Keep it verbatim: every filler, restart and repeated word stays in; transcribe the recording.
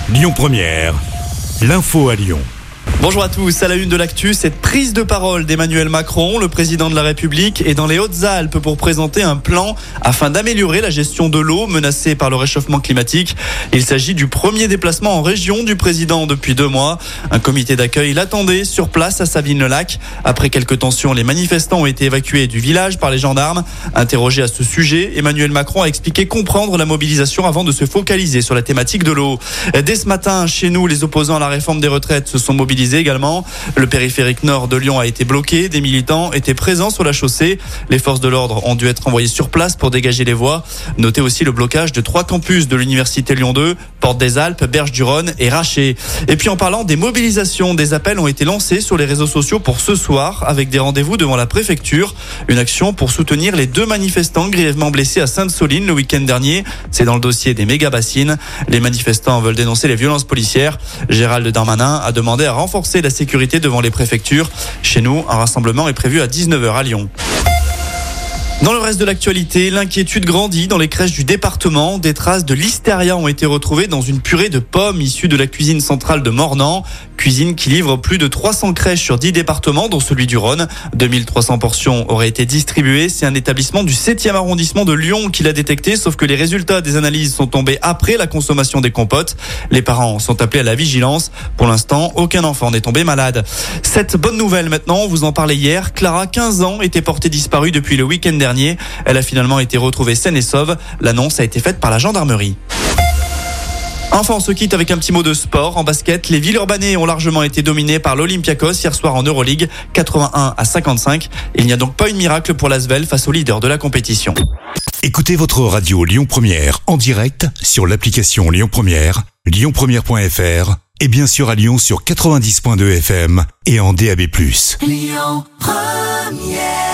Lyon Première, l'info à Lyon. Bonjour à tous, à la une de l'actu, cette prise de parole d'Emmanuel Macron, le président de la République, est dans les Hautes-Alpes pour présenter un plan afin d'améliorer la gestion de l'eau menacée par le réchauffement climatique. Il s'agit du premier déplacement en région du président depuis deux mois. Un comité d'accueil l'attendait sur place à Savines-le-Lac. Après quelques tensions, les manifestants ont été évacués du village par les gendarmes. Interrogé à ce sujet, Emmanuel Macron a expliqué comprendre la mobilisation avant de se focaliser sur la thématique de l'eau. Dès ce matin, chez nous, les opposants à la réforme des retraites se sont mobilisés également. Le périphérique nord de Lyon a été bloqué. Des militants étaient présents sur la chaussée. Les forces de l'ordre ont dû être envoyées sur place pour dégager les voies. Notez aussi le blocage de trois campus de l'université Lyon deux, Porte des Alpes, Berge du Rhône et Raché. Et puis en parlant des mobilisations, des appels ont été lancés sur les réseaux sociaux pour ce soir avec des rendez-vous devant la préfecture. Une action pour soutenir les deux manifestants grièvement blessés à Sainte-Soline le week-end dernier. C'est dans le dossier des méga-bassines. Les manifestants veulent dénoncer les violences policières. Gérald Darmanin a demandé à renforcer la sécurité devant les préfectures. Chez nous, un rassemblement est prévu à dix-neuf heures à Lyon. Dans le reste de l'actualité, l'inquiétude grandit dans les crèches du département. Des traces de listeria ont été retrouvées dans une purée de pommes issue de la cuisine centrale de Mornan. Cuisine qui livre plus de trois cents crèches sur dix départements, dont celui du Rhône. deux mille trois cents portions auraient été distribuées. C'est un établissement du septième arrondissement de Lyon qui l'a détecté, sauf que les résultats des analyses sont tombés après la consommation des compotes. Les parents sont appelés à la vigilance. Pour l'instant, aucun enfant n'est tombé malade. Cette bonne nouvelle maintenant, on vous en parlait hier. Clara, quinze ans, était portée disparue depuis le week-end dernier. Elle a finalement été retrouvée saine et sauve. L'annonce a été faite par la gendarmerie. Enfin, on se quitte avec un petit mot de sport. En basket, les Villeurbanais ont largement été dominés par l'Olympiakos hier soir en Euroleague, quatre-vingt-un à cinquante-cinq. Il n'y a donc pas eu de miracle pour l'Asvel face au leader de la compétition. Écoutez votre radio Lyon Première en direct sur l'application Lyon Première, lyon première point f r et bien sûr à Lyon sur quatre-vingt-dix point deux F M et en D A B plus. Lyon Première.